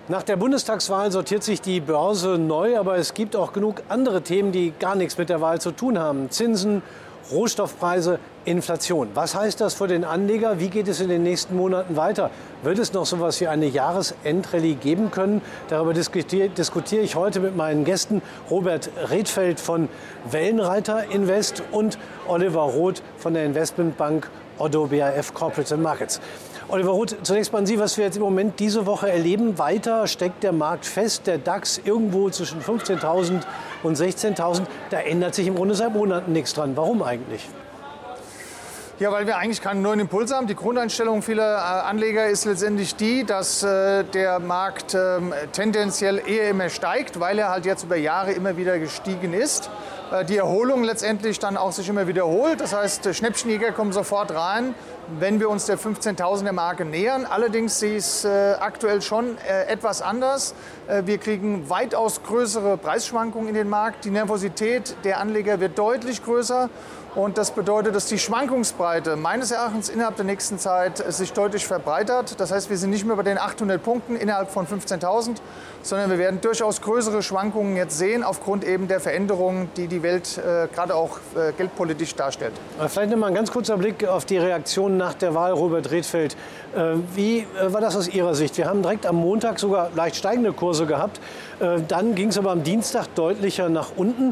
Nach der Bundestagswahl sortiert sich die Börse neu, aber es gibt auch genug andere Themen, die gar nichts mit der Wahl zu tun haben. Zinsen, Rohstoffpreise, Inflation. Was heißt das für den Anleger? Wie geht es in den nächsten Monaten weiter? Wird es noch so etwas wie eine Jahresendrallye geben können? Darüber diskutiere ich heute mit meinen Gästen Robert Redfeld von Wellenreiter Invest und Oliver Roth von der Investmentbank Oddo BHF Corporate Markets. Oliver Roth, zunächst mal an Sie, was wir jetzt im Moment diese Woche erleben. Weiter steckt der Markt fest, der DAX irgendwo zwischen 15.000 und 16.000. Da ändert sich im Grunde seit Monaten nichts dran. Warum eigentlich? Ja, weil wir eigentlich keinen neuen Impuls haben. Die Grundeinstellung vieler Anleger ist letztendlich die, dass der Markt tendenziell eher immer steigt, weil er halt jetzt über Jahre immer wieder gestiegen ist. Die Erholung letztendlich dann auch sich immer wiederholt. Das heißt, Schnäppchenjäger kommen sofort rein, wenn wir uns der 15.000er Marke nähern. Allerdings sehe ich es aktuell schon etwas anders. Wir kriegen weitaus größere Preisschwankungen in den Markt. Die Nervosität der Anleger wird deutlich größer. Und das bedeutet, dass die Schwankungsbreite meines Erachtens innerhalb der nächsten Zeit sich deutlich verbreitert. Das heißt, wir sind nicht mehr bei den 800 Punkten innerhalb von 15.000, sondern wir werden durchaus größere Schwankungen jetzt sehen, aufgrund eben der Veränderungen, die die Welt gerade auch geldpolitisch darstellt. Vielleicht noch mal ein ganz kurzer Blick auf die Reaktion nach der Wahl, Robert Redfeld. Wie war das aus Ihrer Sicht? Wir haben direkt am Montag sogar leicht steigende Kurse gehabt. Dann ging es aber am Dienstag deutlicher nach unten.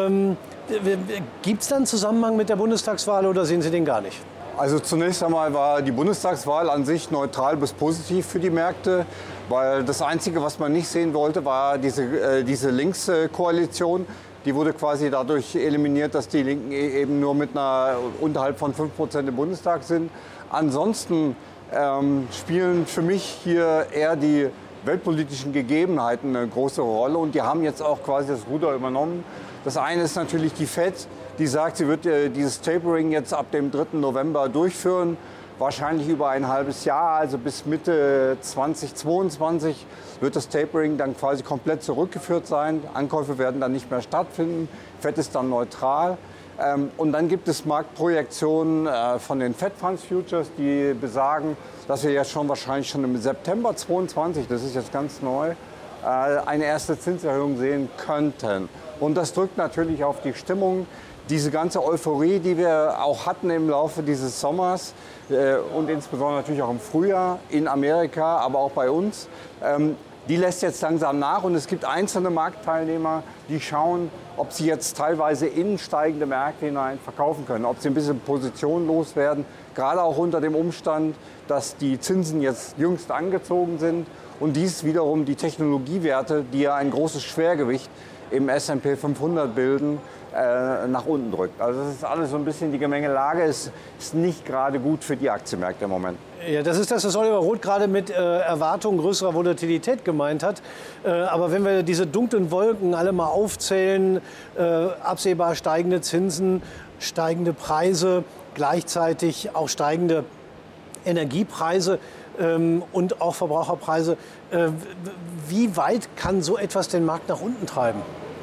Gibt es da einen Zusammenhang mit der Bundestagswahl oder sehen Sie den gar nicht? Also zunächst einmal war die Bundestagswahl an sich neutral bis positiv für die Märkte, weil das Einzige, was man nicht sehen wollte, war diese Linkskoalition. Die wurde quasi dadurch eliminiert, dass die Linken eben nur mit einer unterhalb von 5% im Bundestag sind. Ansonsten spielen für mich hier eher die weltpolitischen Gegebenheiten eine große Rolle und die haben jetzt auch quasi das Ruder übernommen. Das eine ist natürlich die FED, die sagt, sie wird dieses Tapering jetzt ab dem 3. November durchführen, wahrscheinlich über ein halbes Jahr, also bis Mitte 2022 wird das Tapering dann quasi komplett zurückgeführt sein. Ankäufe werden dann nicht mehr stattfinden, FED ist dann neutral. Und dann gibt es Marktprojektionen von den Fed Funds Futures, die besagen, dass wir jetzt wahrscheinlich schon im September 2022, das ist jetzt ganz neu, eine erste Zinserhöhung sehen könnten. Und das drückt natürlich auf die Stimmung. Diese ganze Euphorie, die wir auch hatten im Laufe dieses Sommers und insbesondere natürlich auch im Frühjahr in Amerika, aber auch bei uns, die lässt jetzt langsam nach. Und es gibt einzelne Marktteilnehmer, die schauen, ob sie jetzt teilweise in steigende Märkte hinein verkaufen können, ob sie ein bisschen Position loswerden, gerade auch unter dem Umstand, dass die Zinsen jetzt jüngst angezogen sind und dies wiederum die Technologiewerte, die ja ein großes Schwergewicht im S&P 500 bilden, nach unten drückt. Also das ist alles so ein bisschen die Gemengelage, ist nicht gerade gut für die Aktienmärkte im Moment. Ja, das ist das, was Oliver Roth gerade mit Erwartungen größerer Volatilität gemeint hat. Aber wenn wir diese dunklen Wolken alle mal aufzählen, absehbar steigende Zinsen, steigende Preise, gleichzeitig auch steigende Energiepreise und auch Verbraucherpreise, wie weit kann so etwas den Markt nach unten treiben?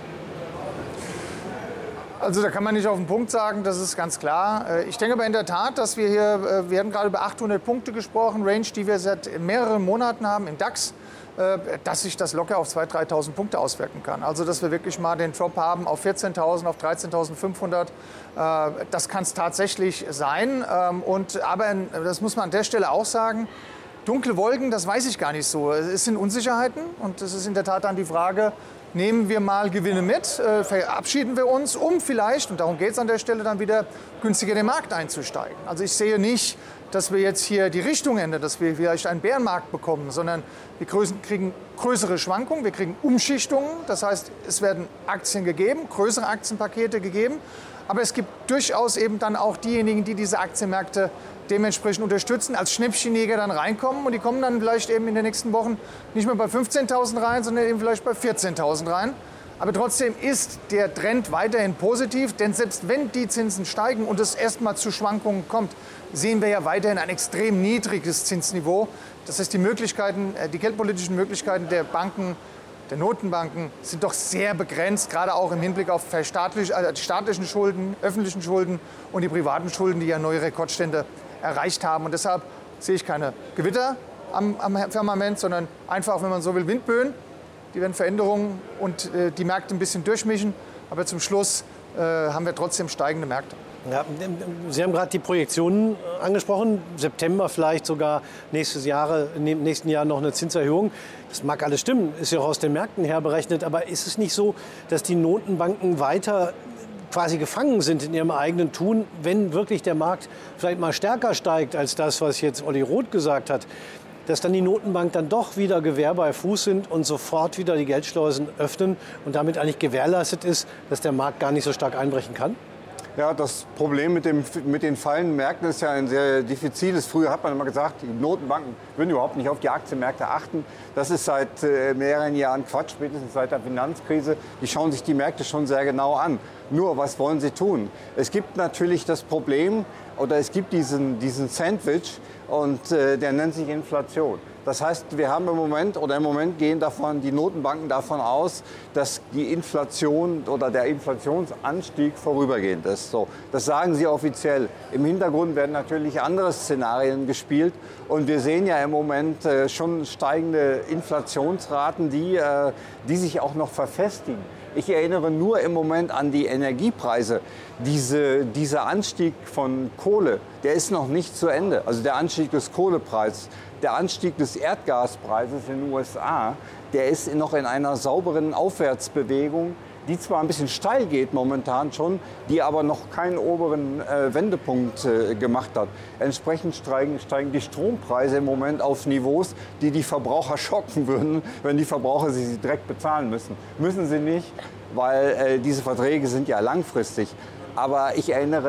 Also da kann man nicht auf den Punkt sagen, das ist ganz klar. Ich denke aber in der Tat, dass wir haben gerade über 800 Punkte gesprochen, Range, die wir seit mehreren Monaten haben im DAX, dass sich das locker auf 2.000, 3.000 Punkte auswirken kann. Also dass wir wirklich mal den Drop haben auf 14.000, auf 13.500, das kann es tatsächlich sein. Aber das muss man an der Stelle auch sagen, dunkle Wolken, das weiß ich gar nicht so. Es sind Unsicherheiten und es ist in der Tat dann die Frage, nehmen wir mal Gewinne mit, verabschieden wir uns, um vielleicht, und darum geht es an der Stelle, dann wieder günstiger in den Markt einzusteigen. Also ich sehe nicht, dass wir jetzt hier die Richtung ändern, dass wir vielleicht einen Bärenmarkt bekommen, sondern wir kriegen größere Schwankungen, wir kriegen Umschichtungen. Das heißt, es werden Aktien gegeben, größere Aktienpakete gegeben. Aber es gibt durchaus eben dann auch diejenigen, die diese Aktienmärkte dementsprechend unterstützen, als Schnäppchenjäger dann reinkommen. Und die kommen dann vielleicht eben in den nächsten Wochen nicht mehr bei 15.000 rein, sondern eben vielleicht bei 14.000 rein. Aber trotzdem ist der Trend weiterhin positiv, denn selbst wenn die Zinsen steigen und es erstmal zu Schwankungen kommt, sehen wir ja weiterhin ein extrem niedriges Zinsniveau. Das heißt, die geldpolitischen Möglichkeiten der Banken, der Notenbanken sind doch sehr begrenzt, gerade auch im Hinblick auf staatlichen Schulden, öffentlichen Schulden und die privaten Schulden, die ja neue Rekordstände erreicht haben. Und deshalb sehe ich keine Gewitter, am Firmament, sondern einfach, wenn man so will, Windböen. Die werden Veränderungen und die Märkte ein bisschen durchmischen. Aber zum Schluss haben wir trotzdem steigende Märkte. Ja, Sie haben gerade die Projektionen angesprochen. September vielleicht sogar nächsten Jahr noch eine Zinserhöhung. Das mag alles stimmen, ist ja auch aus den Märkten her berechnet. Aber ist es nicht so, dass die Notenbanken weiter quasi gefangen sind in ihrem eigenen Tun, wenn wirklich der Markt vielleicht mal stärker steigt als das, was jetzt Olli Roth gesagt hat, dass dann die Notenbank dann doch wieder Gewehr bei Fuß sind und sofort wieder die Geldschleusen öffnen und damit eigentlich gewährleistet ist, dass der Markt gar nicht so stark einbrechen kann? Ja, das Problem mit den fallenden Märkten ist ja ein sehr diffiziles. Früher hat man immer gesagt, die Notenbanken würden überhaupt nicht auf die Aktienmärkte achten. Das ist seit mehreren Jahren Quatsch, spätestens seit der Finanzkrise. Die schauen sich die Märkte schon sehr genau an. Nur, was wollen sie tun? Es gibt natürlich das Problem, oder es gibt diesen Sandwich, und der nennt sich Inflation. Das heißt, wir haben im Moment gehen die Notenbanken davon aus, dass die Inflation oder der Inflationsanstieg vorübergehend ist. So, das sagen sie offiziell. Im Hintergrund werden natürlich andere Szenarien gespielt. Und wir sehen ja im Moment schon steigende Inflationsraten, die sich auch noch verfestigen. Ich erinnere nur im Moment an die Energiepreise. Dieser Anstieg von Kohle, der ist noch nicht zu Ende. Also der Anstieg des Kohlepreises, der Anstieg des Erdgaspreises in den USA, der ist noch in einer sauberen Aufwärtsbewegung, die zwar ein bisschen steil geht momentan schon, die aber noch keinen oberen Wendepunkt gemacht hat. Entsprechend steigen die Strompreise im Moment auf Niveaus, die die Verbraucher schocken würden, wenn die Verbraucher sie direkt bezahlen müssen. Müssen sie nicht, weil diese Verträge sind ja langfristig. Aber ich erinnere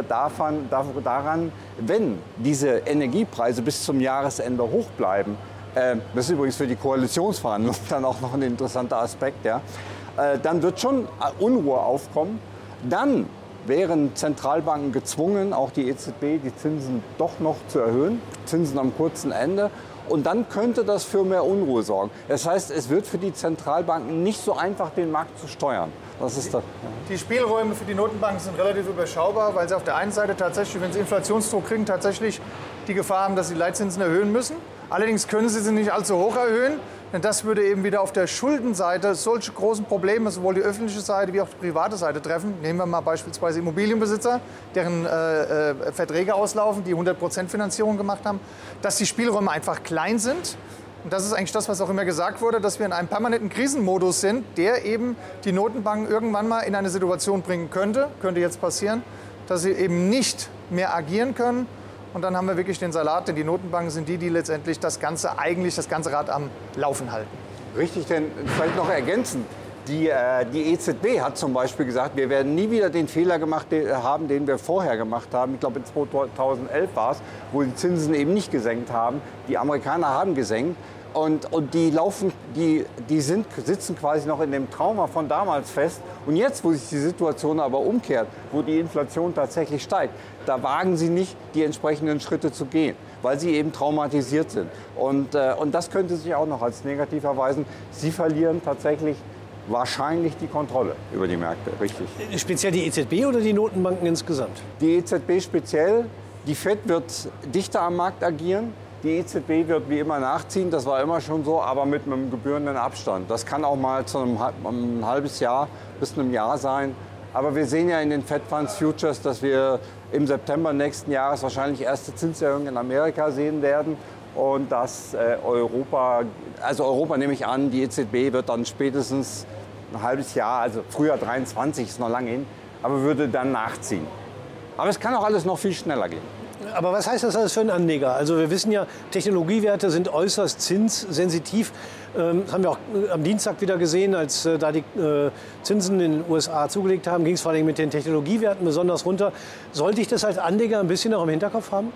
daran, wenn diese Energiepreise bis zum Jahresende hoch bleiben, das ist übrigens für die Koalitionsverhandlungen dann auch noch ein interessanter Aspekt, ja, dann wird schon Unruhe aufkommen. Dann wären Zentralbanken gezwungen, auch die EZB, die Zinsen doch noch zu erhöhen, Zinsen am kurzen Ende. Und dann könnte das für mehr Unruhe sorgen. Das heißt, es wird für die Zentralbanken nicht so einfach, den Markt zu steuern. Das ist das. Die Spielräume für die Notenbanken sind relativ überschaubar, weil sie auf der einen Seite tatsächlich, wenn sie Inflationsdruck kriegen, tatsächlich die Gefahr haben, dass sie Leitzinsen erhöhen müssen. Allerdings können sie nicht allzu hoch erhöhen, denn das würde eben wieder auf der Schuldenseite solche großen Probleme, sowohl die öffentliche Seite wie auch die private Seite treffen. Nehmen wir mal beispielsweise Immobilienbesitzer, deren Verträge auslaufen, die 100% Finanzierung gemacht haben, dass die Spielräume einfach klein sind. Und das ist eigentlich das, was auch immer gesagt wurde, dass wir in einem permanenten Krisenmodus sind, der eben die Notenbanken irgendwann mal in eine Situation bringen könnte jetzt passieren, dass sie eben nicht mehr agieren können. Und dann haben wir wirklich den Salat, denn die Notenbanken sind die letztendlich das ganze Rad am Laufen halten. Richtig, denn vielleicht noch ergänzen. Die EZB hat zum Beispiel gesagt, wir werden nie wieder den Fehler gemacht haben, den wir vorher gemacht haben. Ich glaube, in 2011 war es, wo die Zinsen eben nicht gesenkt haben. Die Amerikaner haben gesenkt. Und die sitzen quasi noch in dem Trauma von damals fest. Und jetzt, wo sich die Situation aber umkehrt, wo die Inflation tatsächlich steigt, da wagen sie nicht, die entsprechenden Schritte zu gehen, weil sie eben traumatisiert sind. Und das könnte sich auch noch als negativ erweisen. Sie verlieren tatsächlich wahrscheinlich die Kontrolle über die Märkte, richtig. Speziell die EZB oder die Notenbanken insgesamt? Die EZB speziell. Die FED wird dichter am Markt agieren. Die EZB wird wie immer nachziehen, das war immer schon so, aber mit einem gebührenden Abstand. Das kann auch mal zu einem halbes Jahr bis einem Jahr sein. Aber wir sehen ja in den Fed Funds Futures, dass wir im September nächsten Jahres wahrscheinlich erste Zinserhöhungen in Amerika sehen werden. Und dass Europa nehme ich an, die EZB wird dann spätestens ein halbes Jahr, also Frühjahr 23 ist noch lange hin, aber würde dann nachziehen. Aber es kann auch alles noch viel schneller gehen. Aber was heißt das alles für einen Anleger? Also wir wissen ja, Technologiewerte sind äußerst zinssensitiv. Das haben wir auch am Dienstag wieder gesehen, als da die Zinsen in den USA zugelegt haben, ging es vor allem mit den Technologiewerten besonders runter. Sollte ich das als Anleger ein bisschen auch im Hinterkopf haben?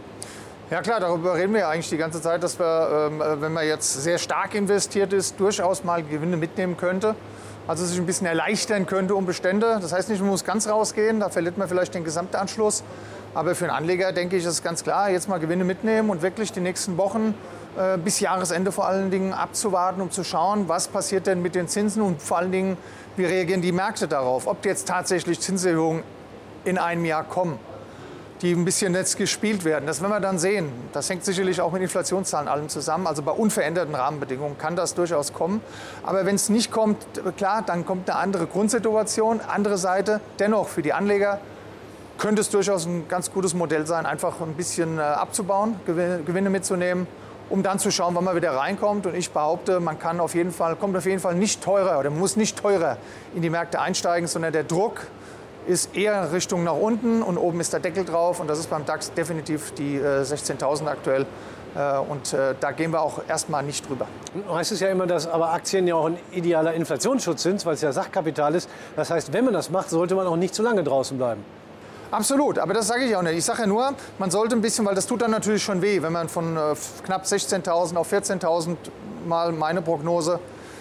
Ja klar, darüber reden wir ja eigentlich die ganze Zeit, dass wir, wenn man jetzt sehr stark investiert ist, durchaus mal Gewinne mitnehmen könnte. Also sich ein bisschen erleichtern könnte um Bestände. Das heißt nicht, man muss ganz rausgehen, da verliert man vielleicht den Gesamtanschluss. Aber für einen Anleger, denke ich, ist es ganz klar, jetzt mal Gewinne mitnehmen und wirklich die nächsten Wochen bis Jahresende vor allen Dingen abzuwarten, um zu schauen, was passiert denn mit den Zinsen und vor allen Dingen, wie reagieren die Märkte darauf, ob jetzt tatsächlich Zinserhöhungen in einem Jahr kommen. die ein bisschen jetzt gespielt werden. Das werden wir dann sehen. Das hängt sicherlich auch mit Inflationszahlen allem zusammen. Also bei unveränderten Rahmenbedingungen kann das durchaus kommen. Aber wenn es nicht kommt, klar, dann kommt eine andere Grundsituation, andere Seite. Dennoch für die Anleger könnte es durchaus ein ganz gutes Modell sein, einfach ein bisschen abzubauen, Gewinne mitzunehmen, um dann zu schauen, wann man wieder reinkommt. Und ich behaupte, man kommt auf jeden Fall nicht teurer oder muss nicht teurer in die Märkte einsteigen, sondern der Druck ist eher Richtung nach unten und oben ist der Deckel drauf. Und das ist beim DAX definitiv die 16.000 aktuell. Und da gehen wir auch erstmal nicht drüber. Heißt es ja immer, dass aber Aktien ja auch ein idealer Inflationsschutz sind, weil es ja Sachkapital ist. Das heißt, wenn man das macht, sollte man auch nicht zu lange draußen bleiben. Absolut, aber das sage ich auch nicht. Ich sage ja nur, man sollte ein bisschen, weil das tut dann natürlich schon weh, wenn man von knapp 16.000 auf 14.000 mal meine Prognose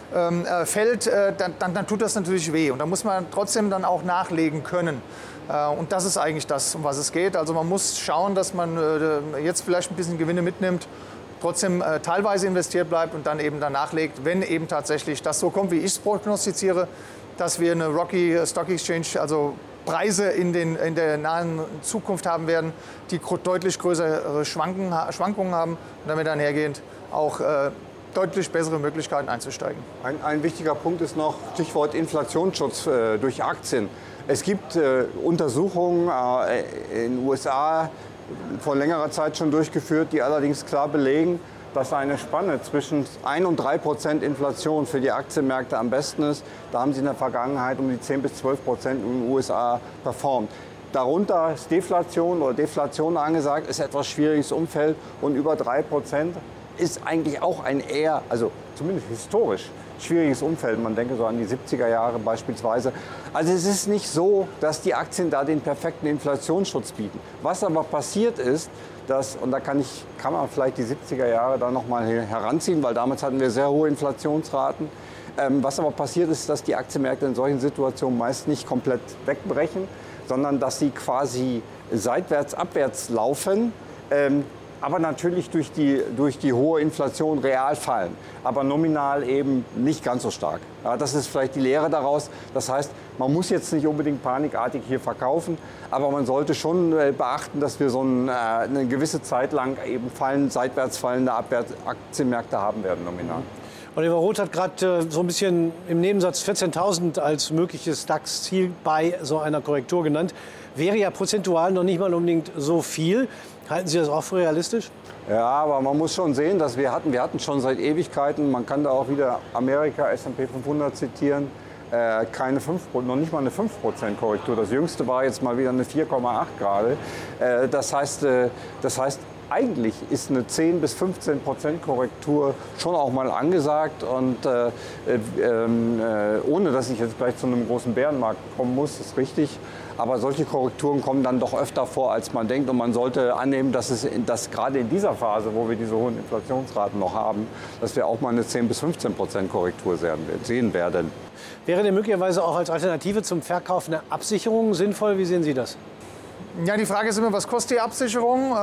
fällt, dann tut das natürlich weh. Und da muss man trotzdem dann auch nachlegen können. Und das ist eigentlich das, um was es geht. Also man muss schauen, dass man jetzt vielleicht ein bisschen Gewinne mitnimmt, trotzdem teilweise investiert bleibt und dann eben danach legt, wenn eben tatsächlich das so kommt, wie ich es prognostiziere, dass wir eine Rocky Stock Exchange, also Preise in der nahen Zukunft haben werden, die deutlich größere Schwankungen haben und damit einhergehend auch deutlich bessere Möglichkeiten einzusteigen. Ein wichtiger Punkt ist noch Stichwort Inflationsschutz durch Aktien. Es gibt Untersuchungen in den USA vor längerer Zeit schon durchgeführt, die allerdings klar belegen, dass eine Spanne zwischen 1 und 3% Inflation für die Aktienmärkte am besten ist. Da haben sie in der Vergangenheit um die 10 bis 12% in den USA performt. Darunter ist Deflation oder Deflation angesagt, ist etwas schwieriges Umfeld und über 3% ist eigentlich auch ein eher, also zumindest historisch, schwieriges Umfeld. Man denke so an die 70er Jahre beispielsweise. Also es ist nicht so, dass die Aktien da den perfekten Inflationsschutz bieten. Was aber passiert ist, und da kann man vielleicht die 70er Jahre da noch mal heranziehen, weil damals hatten wir sehr hohe Inflationsraten. Was aber passiert ist, dass die Aktienmärkte in solchen Situationen meist nicht komplett wegbrechen, sondern dass sie quasi seitwärts, abwärts laufen, aber natürlich durch die hohe Inflation real fallen, aber nominal eben nicht ganz so stark. Ja, das ist vielleicht die Lehre daraus. Das heißt, man muss jetzt nicht unbedingt panikartig hier verkaufen, aber man sollte schon beachten, dass wir so eine gewisse Zeit lang eben seitwärts fallende Aktienmärkte haben werden nominal. Oliver Roth hat gerade so ein bisschen im Nebensatz 14.000 als mögliches DAX-Ziel bei so einer Korrektur genannt. Wäre ja prozentual noch nicht mal unbedingt so viel. Halten Sie das auch für realistisch? Ja, aber man muss schon sehen, dass wir hatten schon seit Ewigkeiten, man kann da auch wieder Amerika S&P 500 zitieren, noch nicht mal eine 5% Korrektur. Das jüngste war jetzt mal wieder eine 4,8 gerade. Das heißt, eigentlich ist eine 10 bis 15% Korrektur schon auch mal angesagt. Und ohne dass ich jetzt gleich zu einem großen Bärenmarkt kommen muss, ist richtig. Aber solche Korrekturen kommen dann doch öfter vor, als man denkt. Und man sollte annehmen, dass gerade in dieser Phase, wo wir diese hohen Inflationsraten noch haben, dass wir auch mal eine 10 bis 15% Korrektur sehen werden. Wäre denn möglicherweise auch als Alternative zum Verkauf eine Absicherung sinnvoll? Wie sehen Sie das? Ja, die Frage ist immer, was kostet die Absicherung?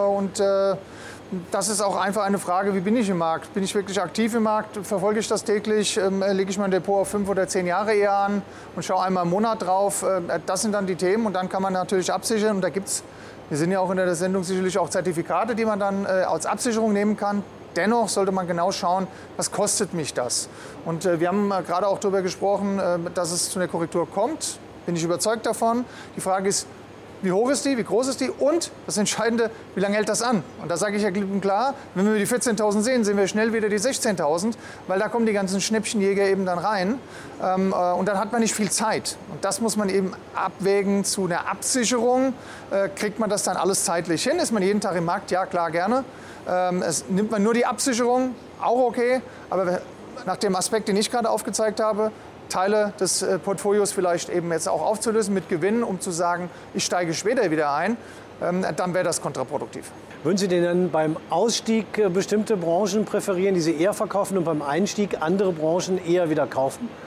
Das ist auch einfach eine Frage, wie bin ich im Markt? Bin ich wirklich aktiv im Markt? Verfolge ich das täglich? Lege ich mein Depot auf 5 oder 10 Jahre eher an und schaue einmal im Monat drauf? Das sind dann die Themen und dann kann man natürlich absichern. Und da gibt's, wir sind ja auch in der Sendung sicherlich auch Zertifikate, die man dann als Absicherung nehmen kann. Dennoch sollte man genau schauen, was kostet mich das? Und wir haben gerade auch darüber gesprochen, dass es zu einer Korrektur kommt. Bin ich überzeugt davon. Die Frage ist, wie hoch ist die, wie groß ist die und das Entscheidende, wie lange hält das an? Und da sage ich ja klipp und klar, wenn wir die 14.000 sehen, sehen wir schnell wieder die 16.000, weil da kommen die ganzen Schnäppchenjäger eben dann rein und dann hat man nicht viel Zeit. Und das muss man eben abwägen zu einer Absicherung. Kriegt man das dann alles zeitlich hin? Ist man jeden Tag im Markt? Ja, klar, gerne. Nimmt man nur die Absicherung? Auch okay. Aber nach dem Aspekt, den ich gerade aufgezeigt habe, Teile des Portfolios vielleicht eben jetzt auch aufzulösen mit Gewinnen, um zu sagen, ich steige später wieder ein, dann wäre das kontraproduktiv. Würden Sie denn dann beim Ausstieg bestimmte Branchen präferieren, die Sie eher verkaufen und beim Einstieg andere Branchen eher wieder kaufen?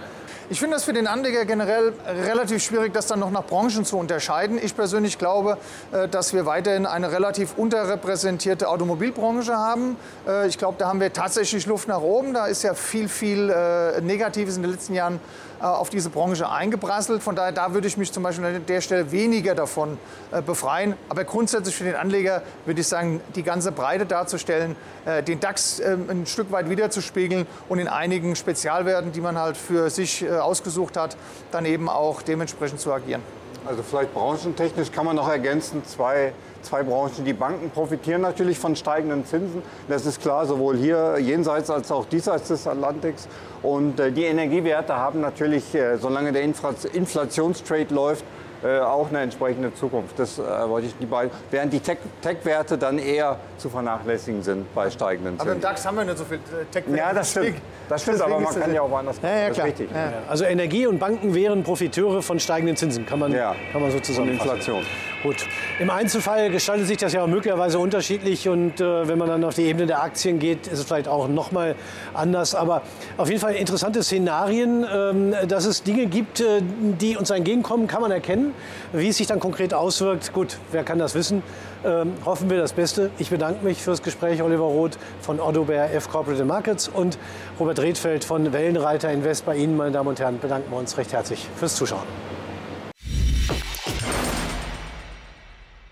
Ich finde das für den Anleger generell relativ schwierig, das dann noch nach Branchen zu unterscheiden. Ich persönlich glaube, dass wir weiterhin eine relativ unterrepräsentierte Automobilbranche haben. Ich glaube, da haben wir tatsächlich Luft nach oben. Da ist ja viel Negatives in den letzten Jahren auf diese Branche eingeprasselt. Von daher, da würde ich mich zum Beispiel an der Stelle weniger davon befreien. Aber grundsätzlich für den Anleger würde ich sagen, die ganze Breite darzustellen, den DAX ein Stück weit wiederzuspiegeln und in einigen Spezialwerten, die man halt für sich ausgesucht hat, dann eben auch dementsprechend zu agieren. Also vielleicht branchentechnisch kann man noch ergänzen, zwei Branchen. Die Banken profitieren natürlich von steigenden Zinsen. Das ist klar, sowohl hier jenseits als auch diesseits des Atlantiks. Und die Energiewerte haben natürlich, solange der Inflationstrade läuft, auch eine entsprechende Zukunft. Das wollte ich die beiden. Während die Tech-Werte dann eher zu vernachlässigen sind bei steigenden Zinsen. Aber im DAX haben wir nicht so viel Tech-Werte. Ja, das stimmt. Das stimmt, aber man kann ja auch woanders. Ja, das ist richtig. Ja. Also Energie und Banken wären Profiteure von steigenden Zinsen, kann man so zusammenfassen. Inflation. Gut. Im Einzelfall gestaltet sich das ja möglicherweise unterschiedlich und wenn man dann auf die Ebene der Aktien geht, ist es vielleicht auch noch mal anders. Aber auf jeden Fall interessante Szenarien, dass es Dinge gibt, die uns entgegenkommen, kann man erkennen. Wie es sich dann konkret auswirkt, gut, wer kann das wissen? Hoffen wir das Beste. Ich bedanke mich fürs Gespräch, Oliver Roth von Otto Baer F Corporate Markets und Robert Redfeld von Wellenreiter Invest. Bei Ihnen, meine Damen und Herren, bedanken wir uns recht herzlich fürs Zuschauen.